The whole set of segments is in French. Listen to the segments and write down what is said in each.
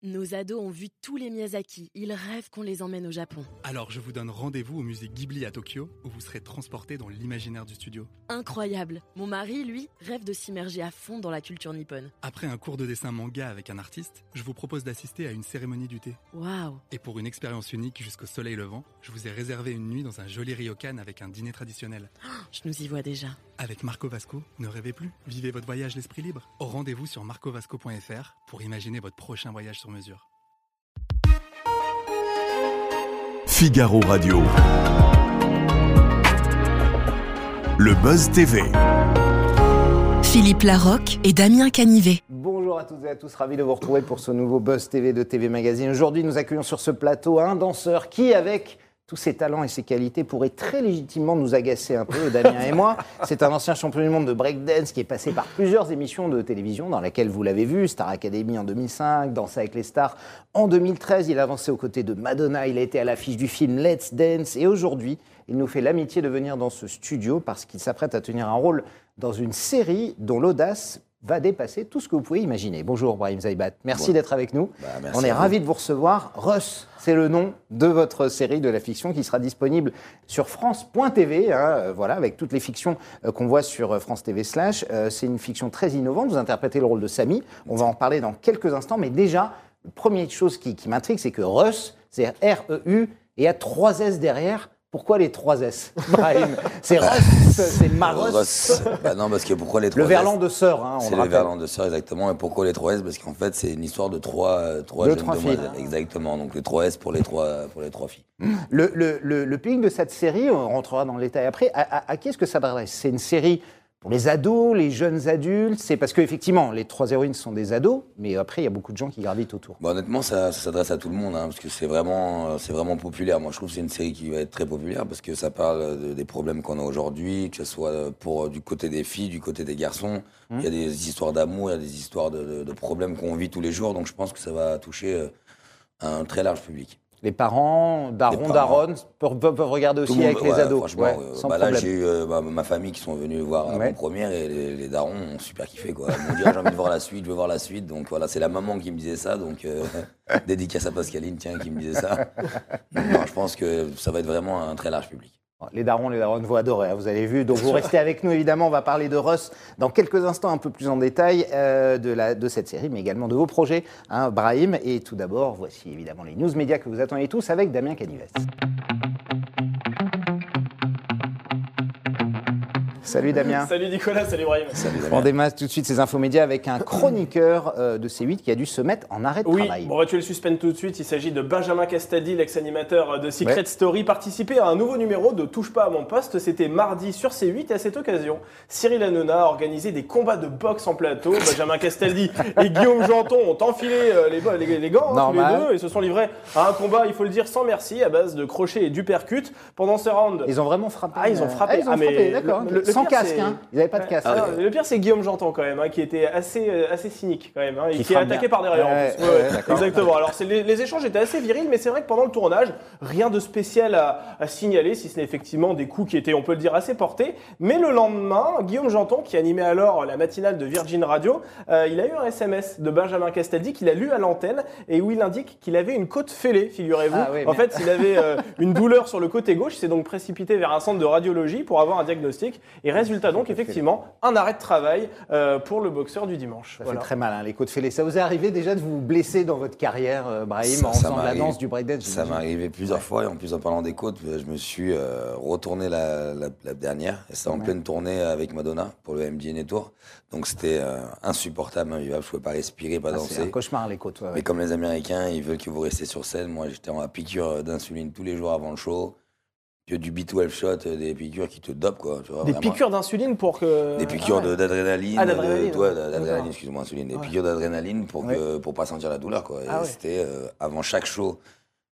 Nos ados ont vu tous les Miyazaki. Ils rêvent qu'on les emmène au Japon. Alors je vous donne rendez-vous au musée Ghibli à Tokyo, où vous serez transportés dans l'imaginaire du studio. Incroyable. Mon mari, lui, rêve de s'immerger à fond dans la culture nippone. Après un cours de dessin manga avec un artiste, je vous propose d'assister à une cérémonie du thé. Waouh. Et pour une expérience unique jusqu'au soleil levant, je vous ai réservé une nuit dans un joli ryokan avec un dîner traditionnel. Je nous y vois déjà. Avec Marco Vasco, ne rêvez plus, vivez votre voyage l'esprit libre. Au rendez-vous sur marcovasco.fr pour imaginer votre prochain voyage sur mesure. Figaro Radio. Le Buzz TV. Philippe Larocque et Damien Canivet. Bonjour à toutes et à tous, ravi de vous retrouver pour ce nouveau Buzz TV de TV Magazine. Aujourd'hui, nous accueillons sur ce plateau un danseur qui, avec tous ses talents et ses qualités, pourrait très légitimement nous agacer un peu, Damien et moi. C'est un ancien champion du monde de breakdance qui est passé par plusieurs émissions de télévision dans lesquelles vous l'avez vu, Star Academy en 2005, Danser avec les stars en 2013. Il a avancé aux côtés de Madonna, il a été à l'affiche du film Let's Dance et aujourd'hui, il nous fait l'amitié de venir dans ce studio parce qu'il s'apprête à tenir un rôle dans une série dont l'audace va dépasser tout ce que vous pouvez imaginer. Bonjour Brahim Zaïbat, merci d'être avec nous. Merci. On est ravis de vous recevoir. Russ, c'est le nom de votre série de la fiction qui sera disponible sur France.tv, voilà, avec toutes les fictions qu'on voit sur France TV /. C'est une fiction très innovante, vous interprétez le rôle de Samy, on va en reparler dans quelques instants, mais déjà, la première chose qui m'intrigue, c'est que Russ, c'est R-E-U, et il y a 3 S derrière. Pourquoi les 3 S, Brahim? C'est Russ, c'est Maros. Non, parce que pourquoi les 3 S? Le verlan de sœur, on c'est le verlan de sœur, exactement. Et pourquoi les 3 S? Parce qu'en fait, c'est une histoire de trois jeunes demoiselles. Exactement. Donc les 3 S pour les trois filles. Le public de cette série, on rentrera dans le détail après, à qui est-ce que ça s'adresse? C'est une série pour les ados, les jeunes adultes? C'est parce qu'effectivement, les 3 héroïnes sont des ados, mais après, il y a beaucoup de gens qui gravitent autour. Honnêtement, ça s'adresse à tout le monde, parce que c'est vraiment populaire. Moi, je trouve que c'est une série qui va être très populaire parce que ça parle des problèmes qu'on a aujourd'hui, que ce soit du côté des filles, du côté des garçons. Il y a des histoires d'amour, il y a des histoires de problèmes qu'on vit tous les jours. Donc, je pense que ça va toucher un très large public. Les parents, daronnes, peuvent regarder aussi avec les ados. Franchement, sans là, problème. j'ai eu ma famille qui sont venus voir la première et les darons ont super kiffé. Quoi. Ils m'ont dit, j'ai envie de voir la suite, je veux voir la suite. Donc voilà, c'est la maman qui me disait ça. Donc dédicace à Pascaline, tiens, qui me disait ça. Donc, non, je pense que ça va être vraiment un très large public. Les daronnes vous adorez, vous avez vu. Donc vous restez avec nous, évidemment. On va parler de Russ dans quelques instants, un peu plus en détail de cette série, mais également de vos projets, Brahim. Et tout d'abord, voici évidemment les news médias que vous attendez tous avec Damien Canivet. Salut Damien. Salut Nicolas, salut Brahim. On démarre tout de suite ces infos médias avec un chroniqueur de C8 qui a dû se mettre en arrêt de travail. On va tuer le suspense tout de suite. Il s'agit de Benjamin Castaldi, l'ex-animateur de Secret Story, participé à un nouveau numéro de Touche pas à mon poste. C'était mardi sur C8 et à cette occasion, Cyril Hanouna a organisé des combats de boxe en plateau. Benjamin Castaldi et Guillaume Janton ont enfilé les gants tous les deux et se sont livrés à un combat, il faut le dire, sans merci, à base de crochets et d'upercutes. Pendant ce round... Ils ont vraiment frappé. Ils ont frappé. D'accord. Sans casque, Ils n'avaient pas de casque. Le pire, c'est Guillaume Janton quand même, qui était assez cynique quand même, et qui est attaqué par derrière en plus. Exactement. Alors les échanges étaient assez virils, mais c'est vrai que pendant le tournage, rien de spécial à signaler, si ce n'est effectivement des coups qui étaient, on peut le dire, assez portés. Mais le lendemain, Guillaume Janton, qui animait alors la matinale de Virgin Radio, il a eu un SMS de Benjamin Castaldi qu'il a lu à l'antenne et où il indique qu'il avait une côte fêlée, figurez-vous. En fait, il avait une douleur sur le côté gauche, il s'est donc précipité vers un centre de radiologie pour avoir un diagnostic. Et résultat donc, effectivement, un arrêt de travail pour le boxeur du dimanche. Ça fait très mal, les côtes fêlées. Ça vous est arrivé déjà de vous blesser dans votre carrière, Brahim, en faisant de la danse, du breakdance? Ça m'est arrivé plusieurs fois, et en plus, en parlant des côtes, je me suis retourné la dernière, et c'était en pleine tournée avec Madonna pour le MGN Tour. Donc c'était insupportable, invivable, je ne pouvais pas respirer, pas danser. C'est un cauchemar, les côtes. Mais comme les Américains, ils veulent que vous restiez sur scène, moi j'étais en piqûre d'insuline tous les jours avant le show. Que du B12 shot, des piqûres qui te dopent, quoi. Tu vois, des piqûres d'insuline pour que... Des piqûres d'adrénaline. D'adrénaline, excuse-moi, insuline. Des piqûres d'adrénaline pour pas sentir la douleur, quoi. C'était avant chaque show.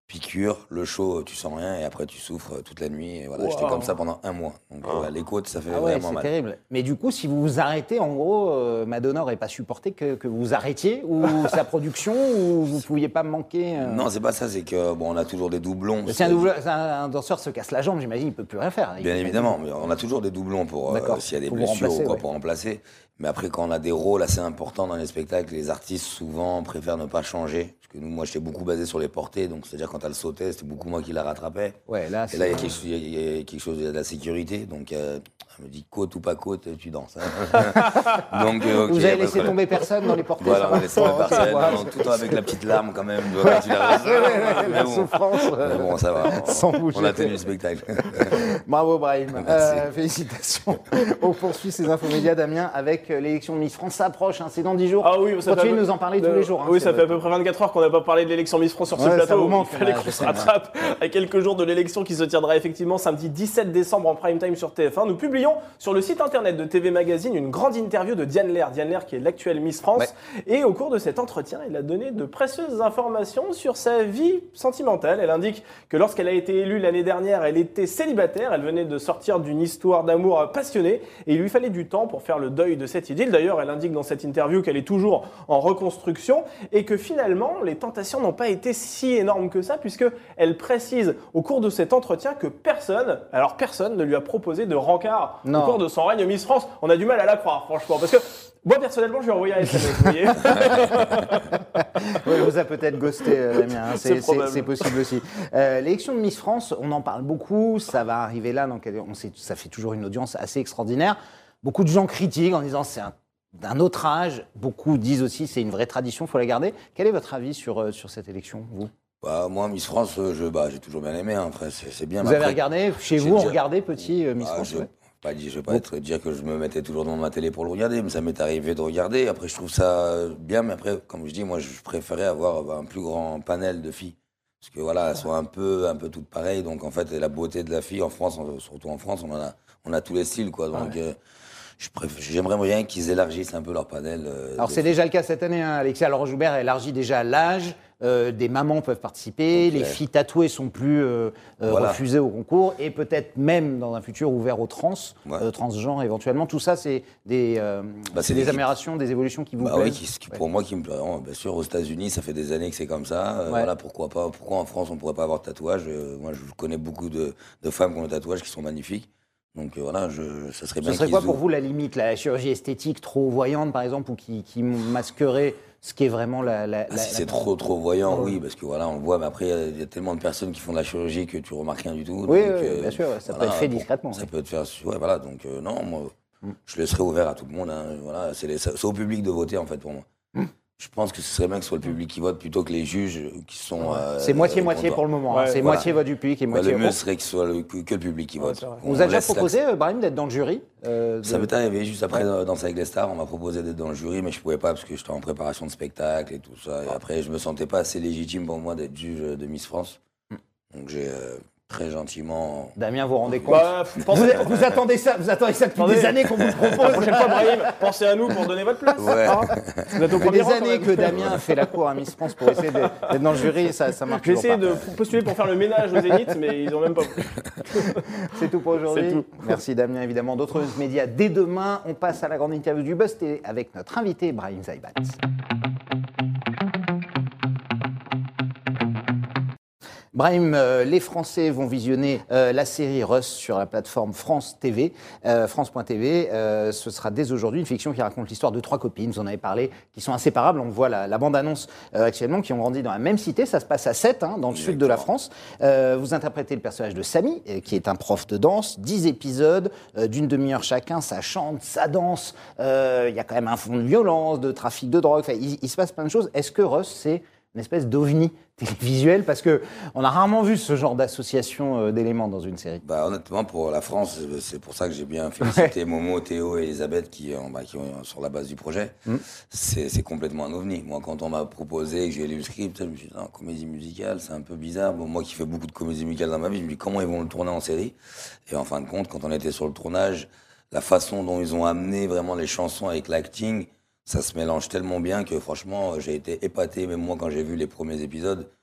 piqûre, le chaud, tu sens rien et après tu souffres toute la nuit. Et voilà, j'étais comme ça pendant 1 mois. Donc les côtes, ça fait vraiment mal. C'est terrible. Mais du coup, si vous vous arrêtez, en gros, Madonna n'aurait pas supporté que vous vous arrêtiez ou sa production ou vous ne pouviez pas me manquer Non, c'est pas ça, c'est que on a toujours des doublons. Si un danseur se casse la jambe, j'imagine, il ne peut plus rien faire. Bien évidemment, mais on a toujours des doublons pour s'il y a des blessures ou quoi pour remplacer. Mais après, quand on a des rôles assez importants dans les spectacles, les artistes souvent préfèrent ne pas changer. Parce que moi, j'étais beaucoup basé sur les portées, donc c'est-à-dire quand elle sautait, c'était beaucoup moi qui la rattrapais. Ouais, là, et là, il y a quelque chose de la sécurité, donc elle me dit côte ou pas côte, tu danses. Donc, vous avez laissé tomber personne dans les portées. Voilà, on a laissé tomber personne, tout le temps avec la petite larme quand même. La souffrance. Mais bon, ça va. Sans bouger. On a tenu le spectacle. Bravo, Brahim. Félicitations. On poursuit ces infomédias, Damien, avec l'élection de Miss France. Ça approche, c'est dans 10 jours. Ah oui, ça continuez de nous en parler tous les jours. Oui, ça fait à peu près 24 heures qu'on n'a pas parlé de l'élection Miss France sur ce plateau. Il fallait qu'on se rattrape à quelques jours de l'élection qui se tiendra effectivement samedi 17 décembre en prime time sur TF1. Nous publions sur le site internet de TV Magazine une grande interview de Diane Lair. Diane Lair qui est l'actuelle Miss France. Ouais. Et au cours de cet entretien, elle a donné de précieuses informations sur sa vie sentimentale. Elle indique que lorsqu'elle a été élue l'année dernière, elle était célibataire. Elle venait de sortir d'une histoire d'amour passionnée et il lui fallait du temps pour faire le deuil de cette idylle. D'ailleurs, elle indique dans cette interview qu'elle est toujours en reconstruction et que finalement, les tentations n'ont pas été si énormes que ça puisqu'elle précise au cours de cet entretien que personne ne lui a proposé de rencard au cours de son règne Miss France. On a du mal à la croire, franchement, parce que moi, personnellement, je lui ai envoyé un SMS, vous voyez. Oui, vous a peut-être ghosté, Damien. C'est possible aussi. L'élection de Miss France, on en parle beaucoup. Ça va arriver là. Donc, ça fait toujours une audience assez extraordinaire. Beaucoup de gens critiquent en disant c'est d'un autre âge. Beaucoup disent aussi c'est une vraie tradition, il faut la garder. Quel est votre avis sur cette élection, vous ? Moi, Miss France, j'ai toujours bien aimé. Après, c'est bien. Vous avez regardé chez vous, on regardait petit Miss France. Je vais pas dire que je me mettais toujours devant ma télé pour le regarder, mais ça m'est arrivé de regarder. Après, je trouve ça bien, mais après, comme je dis, moi, je préférais avoir un plus grand panel de filles. Parce que voilà, elles sont un peu toutes pareilles. Donc, en fait, la beauté de la fille en France, surtout en France, on a tous les styles, quoi. Donc, j'aimerais bien qu'ils élargissent un peu leur panel. Alors, c'est déjà le cas cette année, Alexia Laure-Joubert élargit déjà l'âge. Des mamans peuvent participer, les filles tatouées sont plus refusées au concours et peut-être même dans un futur ouvert aux transgenres éventuellement. Tout ça, c'est des améliorations, des évolutions qui vous plaisent. Oui, pour moi qui me plaît. Bien sûr, aux États-Unis, ça fait des années que c'est comme ça. Voilà, pourquoi pas. Pourquoi en France on ne pourrait pas avoir de tatouage moi, je connais beaucoup de femmes qui ont des tatouages qui sont magnifiques. Donc voilà, ça serait bien. Ce serait quoi pour vous la limite, la chirurgie esthétique trop voyante, par exemple, ou qui masquerait ce qui est vraiment si c'est trop voyant, oui, parce que voilà, on le voit, mais après, il y a tellement de personnes qui font de la chirurgie que tu remarques rien du tout. Oui, bien sûr, ça peut être fait discrètement. Ça peut être fait, voilà, donc non, moi, je laisserai ouvert à tout le monde. Voilà, c'est au public de voter, en fait, pour moi. Je pense que ce serait bien que ce soit le public qui vote plutôt que les juges qui sont... c'est moitié-moitié pour le moment. C'est moitié vote du public et moitié... Le mieux serait que ce soit que le public qui vote. On vous a déjà proposé, Brahim, d'être dans le jury Ça m'est arrivé juste après Danser avec les stars. On m'a proposé d'être dans le jury, mais je ne pouvais pas parce que j'étais en préparation de spectacle et tout ça. Et après, je ne me sentais pas assez légitime pour moi d'être juge de Miss France. Donc j'ai... très gentiment. Damien, vous vous rendez compte vous attendez ça depuis des années qu'on vous propose. La prochaine fois, Brahim, pensez à nous pour donner votre place. Ouais. Vous êtes au premier rang, des années que Damien fait la cour à Miss France pour essayer d'être dans le jury, ça marche. J'ai essayé de postuler pour faire le ménage au Zénith, mais ils n'ont même pas pris. C'est tout pour aujourd'hui. Merci Damien, évidemment. D'autres médias dès demain. On passe à la grande interview du Buzz TV avec notre invité Brahim Zaibat. Brahim, les Français vont visionner la série Russ sur la plateforme France TV, France.tv. Ce sera dès aujourd'hui une fiction qui raconte l'histoire de 3 copines, vous en avez parlé, qui sont inséparables. On voit la bande-annonce actuellement, qui ont grandi dans la même cité. Ça se passe à Sète, dans le sud de la France. Vous interprétez le personnage de Samy, qui est un prof de danse. 10 épisodes d'une demi-heure chacun. Ça chante, ça danse. Il y a quand même un fond de violence, de trafic de drogue. Enfin, il se passe plein de choses. Est-ce que Russ, c'est une espèce d'ovni télévisuel, parce qu'on a rarement vu ce genre d'association d'éléments dans une série. Honnêtement, pour la France, c'est pour ça que j'ai bien félicité Momo, Théo et Elisabeth qui ont sur la base du projet. C'est complètement un ovni. Moi, quand on m'a proposé que j'ai lu le script, je me suis dit, comédie musicale, c'est un peu bizarre. Bon, moi qui fais beaucoup de comédie musicale dans ma vie, je me dis comment ils vont le tourner en série. Et en fin de compte, quand on était sur le tournage, la façon dont ils ont amené vraiment les chansons avec l'acting, ça se mélange tellement bien que franchement, j'ai été épaté, même moi quand j'ai vu les premiers épisodes.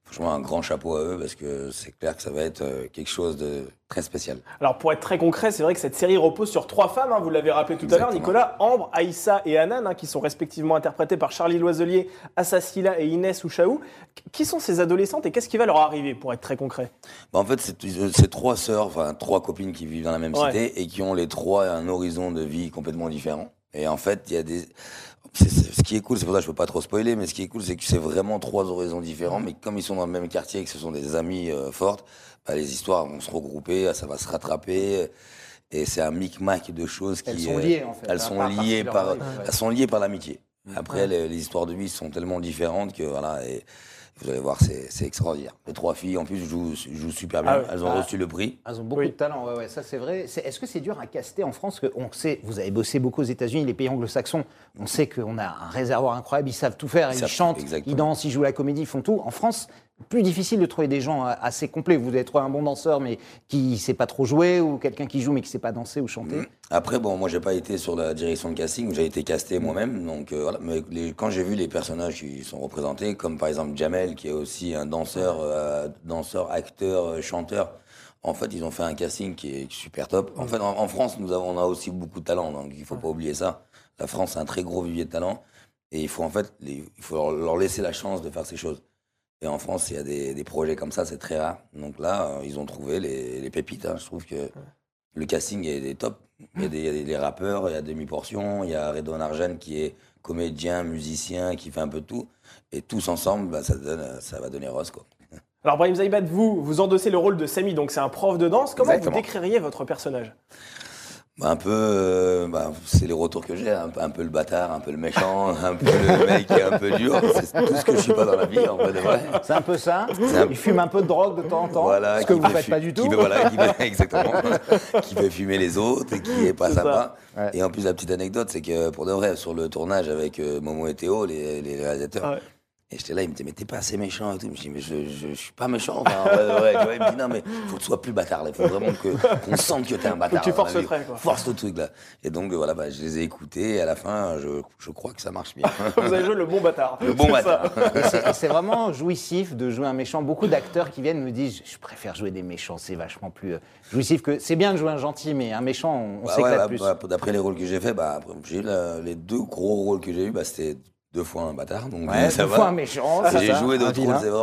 franchement, un grand chapeau à eux parce que c'est clair que ça va être quelque chose de très spécial. Alors pour être très concret, c'est vrai que cette série repose sur 3 femmes, vous l'avez rappelé tout à l'heure, Nicolas, Ambre, Aïssa et Hanan, qui sont respectivement interprétées par Charlie Loiselier, Assa Silla et Inès Ouchaou. Qui sont ces adolescentes et qu'est-ce qui va leur arriver, pour être très concret? En fait, c'est 3 sœurs, enfin 3 copines qui vivent dans la même cité et qui ont les 3 un horizon de vie complètement différent. Et en fait, il y a des... ce qui est cool, c'est pour ça que je peux pas trop spoiler, mais ce qui est cool, c'est que c'est vraiment 3 horizons différents, mais comme ils sont dans le même quartier et que ce sont des amies fortes, bah, les histoires vont se regrouper, ça va se rattraper, et c'est un micmac de choses qui... Elles sont liées, en fait. Elles sont liées par l'amitié. Après, les histoires de vie sont tellement différentes que, voilà, et vous allez voir, c'est extraordinaire. Les 3 filles, en plus, jouent super bien. Elles ont reçu le prix. Elles ont beaucoup de talent, ouais, ça c'est vrai. Est-ce que c'est dur à caster en France? On sait, vous avez bossé beaucoup aux États-Unis, les pays anglo-saxons, on sait qu'on a un réservoir incroyable, ils savent tout faire, ils chantent, ils dansent, ils jouent la comédie, ils font tout. En France, plus difficile de trouver des gens assez complets. Vous avez trouvé un bon danseur, mais qui ne sait pas trop jouer, ou quelqu'un qui joue, mais qui ne sait pas danser ou chanter. Après, bon, moi, j'ai pas été sur la direction de casting, j'ai été casté moi-même. Donc, voilà. Mais quand j'ai vu les personnages qui sont représentés, comme par exemple Jamel, qui est aussi un danseur, acteur, chanteur, en fait, ils ont fait un casting qui est super top. En fait, en France, on a aussi beaucoup de talent, donc il ne faut pas oublier ça. La France, c'est un très gros vivier de talent. Et il faut leur laisser la chance de faire ces choses. Et en France, il y a des projets comme ça, c'est très rare. Donc là, ils ont trouvé les pépites. Je trouve que le casting est top. Il y a des rappeurs, il y a Demi-Portion, il y a Redouane Arjan qui est comédien, musicien, qui fait un peu de tout. Et tous ensemble, bah, ça va donner rose, quoi. Alors Brahim Zaïbat, vous endossez le rôle de Samy, donc c'est un prof de danse. Comment vous décririez votre personnage? Un peu, c'est les retours que j'ai, un peu le bâtard, un peu le méchant, un peu le mec un peu dur. C'est tout ce que je suis pas dans la vie, en vrai de vrai. C'est un peu ça. Il fume un peu de drogue de temps en temps, ce que vous ne faites pas du tout. Exactement. Qui fait fumer les autres et qui est pas sympa. Ouais. Et en plus, la petite anecdote, c'est que pour de vrai, sur le tournage avec Momo et Théo, les réalisateurs, et j'étais là, il me disait, mais t'es pas assez méchant et tout. Je me dis, mais je suis pas méchant. Enfin, il me dit, non, mais faut que tu sois plus bâtard. Il faut vraiment qu'on sente que t'es un bâtard. Faut que tu forces le trait, quoi. Force le truc, là. Et donc, voilà, je les ai écoutés. Et à la fin, je crois que ça marche bien. Vous avez joué le bon bâtard. Le bon bâtard. Et c'est vraiment jouissif de jouer un méchant. Beaucoup d'acteurs qui viennent me disent, je préfère jouer des méchants. C'est vachement plus jouissif que. C'est bien de jouer un gentil, mais un méchant, on s'éclate plus. D'après les rôles que j'ai faits, j'ai eu les 2 gros rôles que j'ai eu, c'était 2 fois un bâtard, donc ça 2 fois un méchant. J'ai joué d'autres rôles, c'est vrai,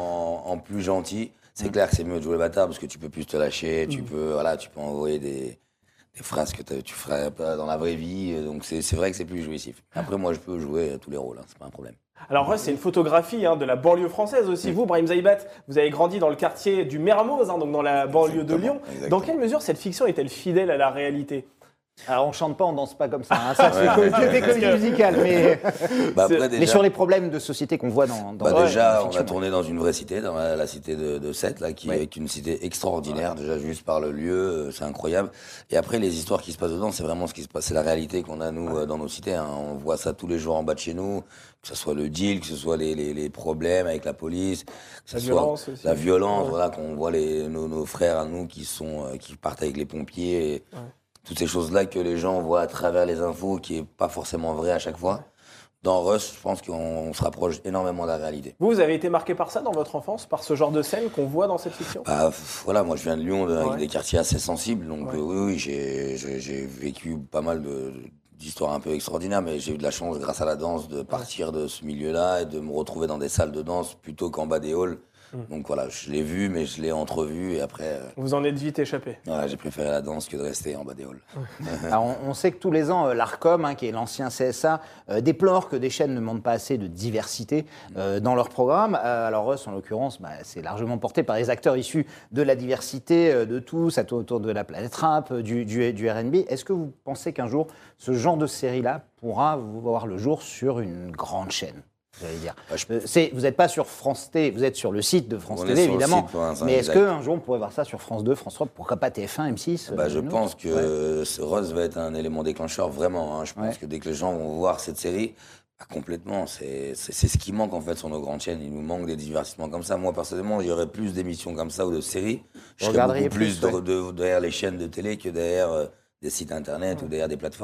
en plus gentil. C'est clair que c'est mieux de jouer le bâtard parce que tu peux plus te lâcher, tu peux envoyer des phrases que tu ferais pas dans la vraie vie, donc c'est vrai que c'est plus jouissif. Après, moi, je peux jouer tous les rôles, c'est pas un problème. Alors, c'est une photographie de la banlieue française aussi. Vous, Brahim Zaïbat, vous avez grandi dans le quartier du Mermoz, donc dans la banlieue de Lyon. Exactement. Dans quelle mesure cette fiction est-elle fidèle à la réalité? Alors on chante pas, on danse pas comme ça. Ça c'est côté comédie musicale, mais mais sur les problèmes de société qu'on voit dans déjà, on a tourné dans une vraie cité, dans la cité de Sète, là, qui est une cité extraordinaire. Déjà juste par le lieu, c'est incroyable. Et après les histoires qui se passent dedans, c'est vraiment ce qui se passe, c'est la réalité qu'on a nous dans nos cités. On voit ça tous les jours en bas de chez nous, que ce soit le deal, que ce soit les problèmes avec la police, que ce soit la violence, voilà, qu'on voit nos frères à nous qui partent avec les pompiers. Toutes ces choses-là que les gens voient à travers les infos, qui n'est pas forcément vrai à chaque fois. Dans Rush, je pense qu'on se rapproche énormément de la réalité. Vous avez été marqué par ça dans votre enfance, par ce genre de scène qu'on voit dans cette fiction? Voilà, moi je viens de Lyon, avec des quartiers assez sensibles, donc oui, j'ai vécu pas mal d'histoires un peu extraordinaires, mais j'ai eu de la chance, grâce à la danse, de partir de ce milieu-là et de me retrouver dans des salles de danse plutôt qu'en bas des halls. Donc voilà, je l'ai vu, mais je l'ai entrevu et après... Vous en êtes vite échappé. Ouais, j'ai préféré la danse que de rester en bas des halls. Alors, on sait que tous les ans, l'ARCOM, qui est l'ancien CSA, déplore que des chaînes ne montrent pas assez de diversité dans leur programme. Alors Rush, en l'occurrence, c'est largement porté par les acteurs issus de la diversité de tout, ça tourne autour de la planète rap, du R&B. Est-ce que vous pensez qu'un jour, ce genre de série-là pourra voir le jour sur une grande chaîne ? J'allais dire. Vous n'êtes pas sur France T, vous êtes sur le site de France TV, évidemment. Mais est-ce qu'un jour, on pourrait voir ça sur France 2, France 3, pourquoi pas TF1, M6 Je pense que Rush va être un élément déclencheur, vraiment. Je pense que dès que les gens vont voir cette série, complètement, c'est ce qui manque en fait sur nos grandes chaînes. Il nous manque des divertissements comme ça. Moi, personnellement, il y aurait plus d'émissions comme ça ou de séries. Je serais beaucoup plus derrière les chaînes de télé que derrière des sites internet ou derrière des plateformes.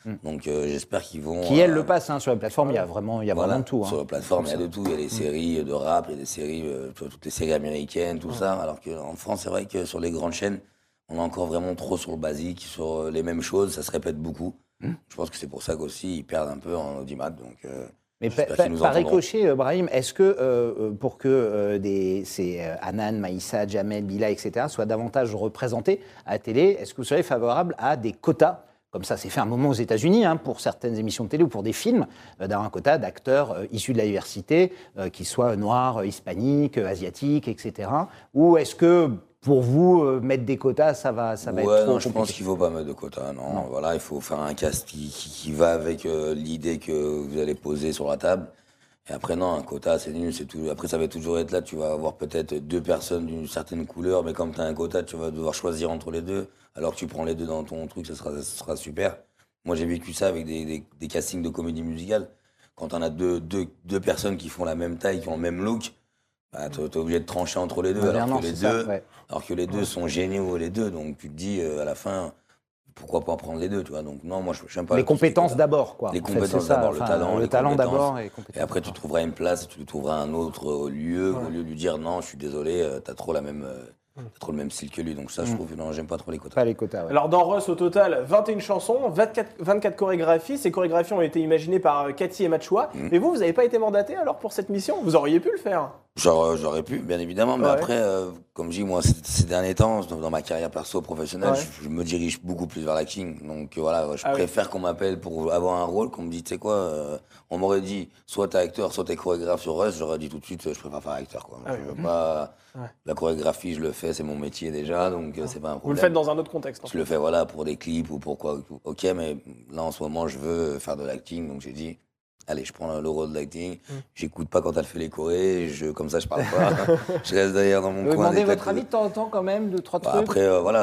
Donc j'espère qu'ils vont... Qui elle le passe sur la plateforme, il y a vraiment tout. Sur la plateforme, il y a de tout. Il y a des séries de rap, il y a des séries, toutes les séries américaines, tout ça. Alors qu'en France, c'est vrai que sur les grandes chaînes, on est encore vraiment trop sur le basique, sur les mêmes choses, ça se répète beaucoup. Je pense que c'est pour ça qu'aussi ils perdent un peu en audimat. Donc, mais par ricochet, Brahim, est-ce que pour que ces Hanan, Maïssa, Jamel, Bila, etc. soient davantage représentés à la télé, est-ce que vous serez favorable à des quotas, comme ça c'est fait un moment aux États-Unis, pour certaines émissions de télé ou pour des films, d'avoir un quota d'acteurs issus de la diversité, qu'ils soient noirs, hispaniques, asiatiques, etc. Ou est-ce que pour vous, mettre des quotas, ça va être trop compliqué? Je pense qu'il ne faut pas mettre de quotas. Non. Voilà, il faut faire un cast qui va avec l'idée que vous allez poser sur la table. Et après, non, un quota, c'est nul, c'est tout. Après, ça va toujours être là. Tu vas avoir peut-être 2 personnes d'une certaine couleur, mais comme tu as un quota, tu vas devoir choisir entre les 2. Alors que tu prends les 2 dans ton truc, ça sera super. Moi, j'ai vécu ça avec des castings de comédie musicale. Quand on a deux personnes qui font la même taille, qui ont le même look, t'es obligé de trancher entre les 2, alors que les deux sont géniaux, les 2. Donc tu te dis, à la fin, pourquoi pas en prendre les 2, tu vois. Donc non, moi, je n'aime pas... Les compétences d'abord, quoi. Les compétences d'abord, le talent d'abord. Et après, tu trouveras une place, tu trouveras un autre lieu, au lieu de lui dire, non, je suis désolé, t'as trop le même style que lui. Donc ça, je trouve, non, j'aime pas trop les quotas. Pas les quotas, ouais. Alors dans Russ, au total, 21 chansons, 24 chorégraphies. Ces chorégraphies ont été imaginées par Cathy et Machoua. Mais vous n'avez pas été mandaté alors pour cette mission? Vous auriez pu le faire? J'aurais pu, bien évidemment, mais après, comme je dis, moi, ces derniers temps, dans ma carrière perso professionnelle, je me dirige beaucoup plus vers l'acting. Donc voilà, je préfère qu'on m'appelle pour avoir un rôle, qu'on me dise, tu sais quoi, on m'aurait dit, soit t'es acteur, soit t'es chorégraphe sur Russ, j'aurais dit tout de suite, je préfère faire acteur, quoi. Je veux pas... La chorégraphie, je le fais, c'est mon métier déjà, donc c'est pas un problème. Vous le faites dans un autre contexte. Je le fais, voilà, pour des clips ou pour quoi. Ok, mais là, en ce moment, je veux faire de l'acting, donc j'ai dit... Allez, je prends le rôle d'acting, j'écoute pas quand elle fait les chorés, comme ça je parle pas, je reste derrière dans mon coin. Vous demandez votre avis de temps en temps quand même, de 3 trucs? Après, voilà,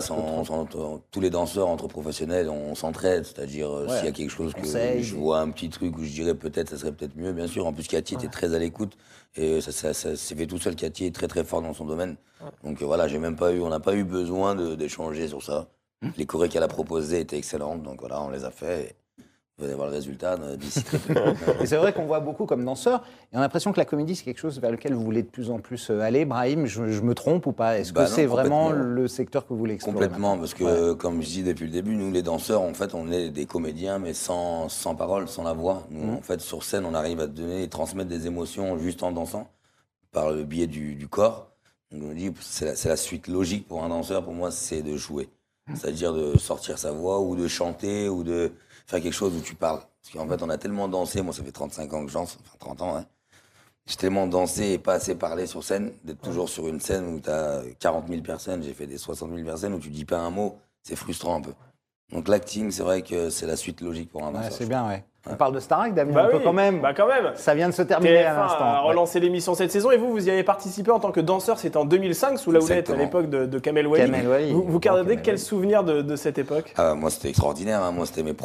tous les danseurs entre professionnels, on s'entraide, c'est-à-dire s'il y a quelque chose que je vois un petit truc où je dirais peut-être, ça serait peut-être mieux, bien sûr. En plus, Cathy était très à l'écoute et ça s'est fait tout seul. Cathy est très très fort dans son domaine. Donc voilà, on n'a pas eu besoin d'échanger sur ça. Les chorés qu'elle a proposés étaient excellentes, donc voilà, on les a fait. Et vous allez voir le résultat d'ici très peu. Et c'est vrai qu'on voit beaucoup comme danseurs, et on a l'impression que la comédie, c'est quelque chose vers lequel vous voulez de plus en plus aller. Brahim, je me trompe ou pas? Est-ce que c'est vraiment le secteur que vous voulez explorer? Complètement, parce que, comme je dis depuis le début, nous, les danseurs, en fait, on est des comédiens, mais sans parole, sans la voix. Nous, en fait, sur scène, on arrive à donner et transmettre des émotions juste en dansant, par le biais du corps. Donc, on dit, c'est la suite logique pour un danseur, pour moi, c'est de jouer. C'est-à-dire de sortir sa voix, ou de chanter, ou de faire quelque chose où tu parles. Parce qu'en fait, on a tellement dansé, moi ça fait 35 ans que j'en, enfin 30 ans, hein. J'ai tellement dansé et pas assez parlé sur scène, d'être toujours sur une scène où tu as 40 000 personnes, j'ai fait des 60 000 personnes où tu dis pas un mot, c'est frustrant un peu. Donc l'acting, c'est vrai que c'est la suite logique pour un danseur. C'est bien, ouais. On parle de Starac, Damien, quand même. Ça vient de se terminer à l'instant. TF1 a relancé l'émission cette saison et vous y avez participé en tant que danseur, c'était en 2005 sous la houlette à l'époque de Kamel Wally. Vous gardez quel souvenir de cette époque? Moi c'était extraordinaire, hein. Moi c'était ma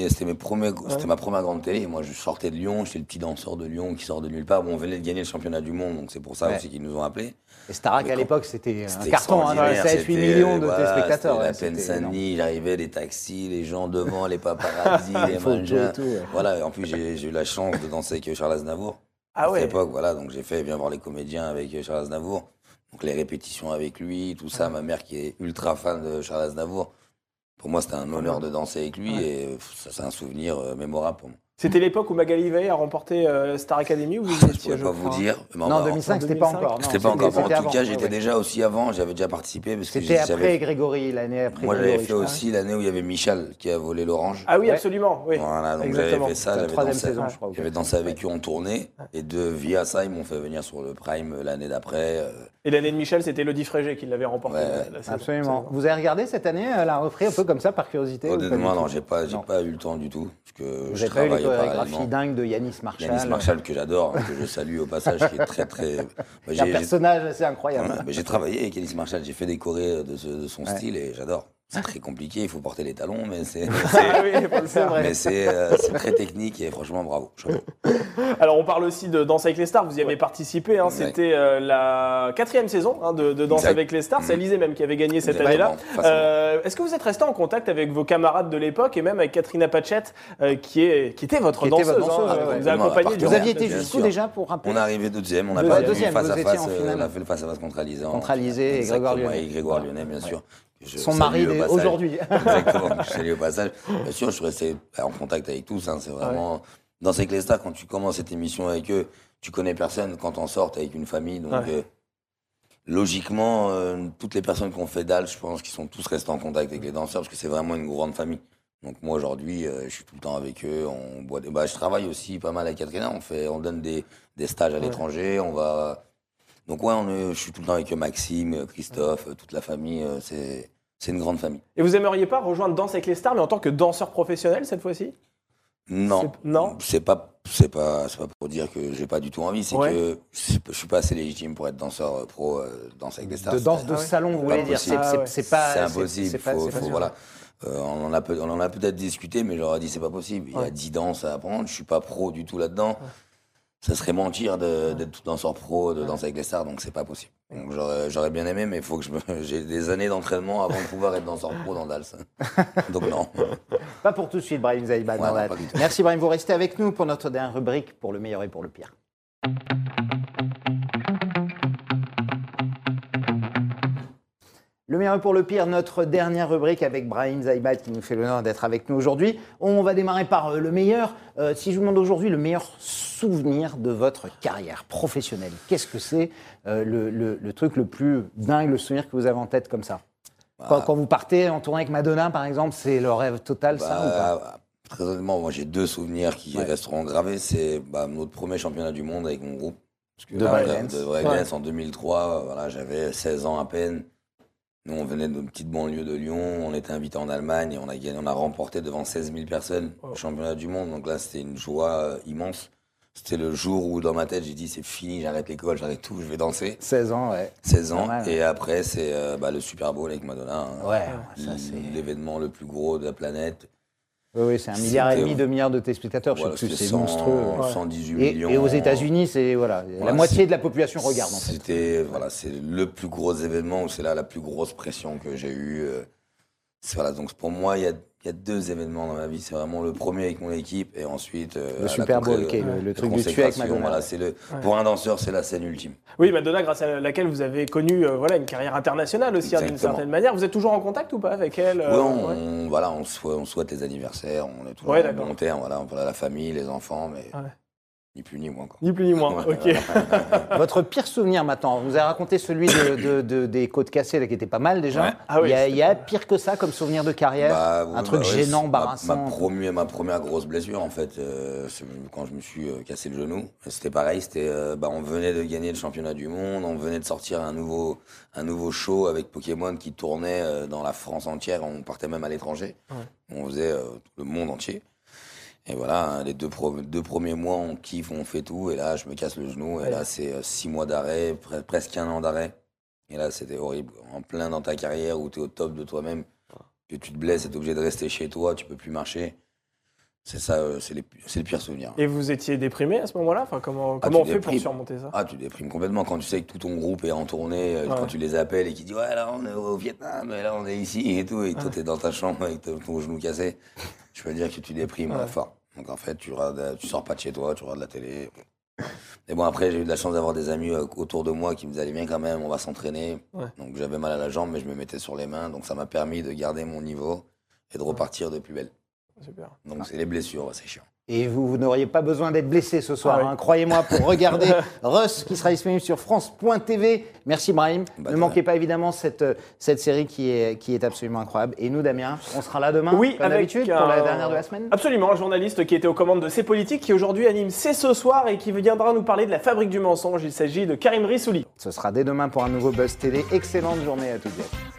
première grande télé. Moi je sortais de Lyon, j'étais le petit danseur de Lyon qui sort de nulle part. Bon, on venait de gagner le championnat du monde, donc c'est pour ça aussi qu'ils nous ont appelés. Et Starac à l'époque c'était un carton, 7-8 millions de téléspectateurs. La Seine-Saint-Denis, j'arrivais, les taxis, les gens devant, les paparazzis, les mangas. Voilà, en plus j'ai eu la chance de danser avec Charles Aznavour. À cette époque, voilà, donc j'ai fait bien voir les comédiens avec Charles Aznavour. Donc les répétitions avec lui, tout ça. Ma mère qui est ultra fan de Charles Aznavour. Pour moi, c'était un honneur de danser avec lui et ça, c'est un souvenir mémorable pour moi. C'était l'époque où Magali Veil a remporté Star Academy ou je ne pourrais pas vous dire. Non, en 2005, c'était pas encore. C'était pas encore. En tout cas, j'étais déjà aussi avant, j'avais déjà participé. C'était après Grégory, l'année après. Moi, j'avais fait aussi l'année où il y avait Michel qui a volé l'orange. Ah oui, absolument. Oui. Voilà, donc j'avais fait ça, j'avais dansé avec eux en tournée. Et via ça, ils m'ont fait venir sur le Prime l'année d'après. Et l'année de Michel, c'était Elodie Frégé qui l'avait remporté. Absolument. Vous avez regardé cette année la reprise un peu comme ça, par curiosité? Honnêtement, non, j'ai pas eu le temps du tout. Vous avez pas eu les chorégraphies dingues de Yanis Marshall? Yanis Marshall, que j'adore, que je salue au passage, qui est très, très... C'est un personnage assez incroyable. J'ai travaillé avec Yanis Marshall, j'ai fait des chorés de son style et j'adore. C'est très compliqué, il faut porter les talons, mais c'est très technique et franchement, bravo. Alors, on parle aussi de Danse avec les stars. Vous y avez participé. Hein, c'était la 4e saison de Danse avec les stars. C'est Alizé même qui avait gagné cette année-là. Est-ce que vous êtes resté en contact avec vos camarades de l'époque et même avec Katrina Patchett, qui était votre danseuse, vous a accompagné. Vous aviez été jusqu'où déjà pour rappeler? On est arrivé deuxième. On a pas fait face à face. On a fait le face à face contre Alizé. Contre Alizé et Grégoire Lyonnais, bien sûr. Son mari aujourd'hui. Exactement, je salue au passage. Bien sûr, je suis resté en contact avec tous. C'est vraiment Danse avec les stars. Quand tu commences cette émission avec eux, tu connais personne. Quand on sort avec une famille, donc logiquement, toutes les personnes qui ont fait dalle, je pense qu'ils sont tous restés en contact avec les danseurs parce que c'est vraiment une grande famille. Donc moi aujourd'hui, je suis tout le temps avec eux. On boit je travaille aussi pas mal avec Katrina. On donne des stages à l'étranger. On va. Donc je suis tout le temps avec Maxime, Christophe, toute la famille. C'est une grande famille. Et vous aimeriez pas rejoindre Danse avec les stars, mais en tant que danseur professionnel cette fois-ci? Non. C'est pas pour dire que j'ai pas du tout envie. C'est que je suis pas assez légitime pour être danseur pro, Danse avec les stars. De danse de salon, vous voulez dire? C'est impossible. Voilà. On en a peut-être discuté, mais j'aurais dit c'est pas possible. Il y a 10 danses à apprendre. Je suis pas pro du tout là-dedans. Ça serait mentir d'être tout danseur pro, de danser avec les stars, donc c'est pas possible. Donc j'aurais bien aimé, mais il faut que j'ai des années d'entraînement avant de pouvoir être danseur pro dans Dals. Donc non. Pas pour tout de suite, Brahim Zaïba. Merci Brahim, vous restez avec nous pour notre dernière rubrique, pour le meilleur et pour le pire. Le meilleur pour le pire, notre dernière rubrique avec Brahim Zaïba qui nous fait l'honneur d'être avec nous aujourd'hui. On va démarrer par le meilleur. Si je vous demande aujourd'hui le meilleur souvenir de votre carrière professionnelle, qu'est-ce que c'est le truc le plus dingue, le souvenir que vous avez en tête comme ça? Quand vous partez en tournée avec Madonna, par exemple, c'est le rêve total, ça ou pas? Très honnêtement, moi j'ai 2 souvenirs qui resteront gravés. C'est notre premier championnat du monde avec mon groupe. De breakdance en 2003, voilà, j'avais 16 ans à peine. Nous, on venait d'une petite banlieue de Lyon, on était invités en Allemagne et on a remporté devant 16 000 personnes le championnat du monde. Donc là, c'était une joie immense. C'était le jour où, dans ma tête, j'ai dit c'est fini, j'arrête l'école, j'arrête tout, je vais danser. 16 ans, 16 ans. Et après, c'est le Super Bowl avec Madonna. L'événement le plus gros de la planète. Oui, c'est 1,5 milliard, 2 milliards de téléspectateurs, je sais plus, c'est monstrueux. 118 millions. Et aux États-Unis, c'est la moitié de la population regarde en fait. C'est le plus gros événement, c'est là la plus grosse pression que j'ai eue. Donc pour moi, il y a 2 événements dans ma vie. C'est vraiment le premier avec mon équipe et ensuite le Super Bowl, qui est le truc du tuer avec Madonna. Pour un danseur, c'est la scène ultime. Oui, Madonna, grâce à laquelle vous avez connu une carrière internationale aussi, d'une certaine manière. Vous êtes toujours en contact ou pas avec elle? Oui, on souhaite les anniversaires, on est toujours en bon terme, voilà, la famille, les enfants, mais ni plus ni moins. Ni plus ni moins, ok. Votre pire souvenir maintenant, vous avez raconté celui des côtes cassées là, qui était pas mal déjà. Il y a pire que ça comme souvenir de carrière, un truc gênant, embarrassant. Ma première grosse blessure en fait, c'est quand je me suis cassé le genou. C'était pareil, on venait de gagner le championnat du monde, on venait de sortir un nouveau show avec Pokémon qui tournait dans la France entière, on partait même à l'étranger. On faisait le monde entier. Et voilà, les deux premiers mois, on kiffe, on fait tout. Et là, je me casse le genou. Et là, c'est 6 mois d'arrêt, presque 1 an d'arrêt. Et là, c'était horrible. En plein dans ta carrière où tu es au top de toi-même, que tu te blesses et tu es obligé de rester chez toi, tu peux plus marcher. C'est ça, c'est le pire souvenir. Et vous étiez déprimé à ce moment-là? Comment on fait pour surmonter ça? Tu déprimes complètement quand tu sais que tout ton groupe est en tournée, quand tu les appelles et qu'ils disent ouais, là on est au Vietnam, et là on est ici et tout, et toi t'es dans ta chambre avec ton genou cassé. Je peux dire que tu déprimes fort. Donc en fait, tu sors pas de chez toi, tu regardes la télé. Mais bon, après, j'ai eu de la chance d'avoir des amis autour de moi qui me disaient allez bien quand même, on va s'entraîner. Donc j'avais mal à la jambe, mais je me mettais sur les mains, donc ça m'a permis de garder mon niveau et de repartir de plus belle. Super. Donc c'est les blessures, c'est chiant. Et vous n'auriez pas besoin d'être blessé ce soir, croyez-moi, pour regarder Russ qui sera disponible sur France.tv. Merci Brahim. Ne manquez pas évidemment cette série qui est absolument incroyable. Et nous, Damien, on sera là demain, comme d'habitude, pour la dernière de la semaine. Absolument, un journaliste qui était aux commandes de C'est Politique, qui aujourd'hui anime C'est ce soir et qui viendra nous parler de la fabrique du mensonge. Il s'agit de Karim Rissouli. Ce sera dès demain pour un nouveau Buzz TV. Excellente journée à toutes et à tous.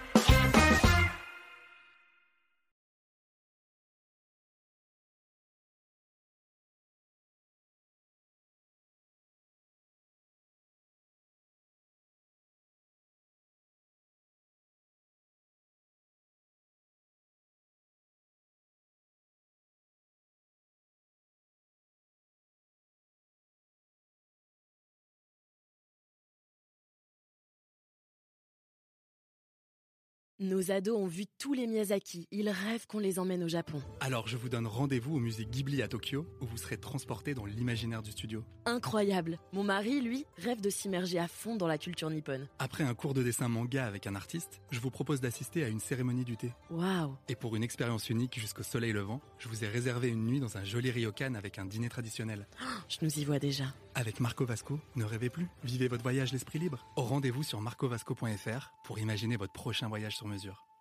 Nos ados ont vu tous les Miyazaki. Ils rêvent qu'on les emmène au Japon. Alors je vous donne rendez-vous au musée Ghibli à Tokyo, où vous serez transportés dans l'imaginaire du studio. Incroyable. Mon mari, lui, rêve de s'immerger à fond dans la culture nippone. Après un cours de dessin manga avec un artiste, je vous propose d'assister à une cérémonie du thé. Waouh. Et pour une expérience unique jusqu'au soleil levant, je vous ai réservé une nuit dans un joli ryokan avec un dîner traditionnel. Je nous y vois déjà. Avec Marco Vasco, ne rêvez plus, vivez votre voyage l'esprit libre. Au rendez-vous sur marcovasco.fr pour imaginer votre prochain voyage sur mesure.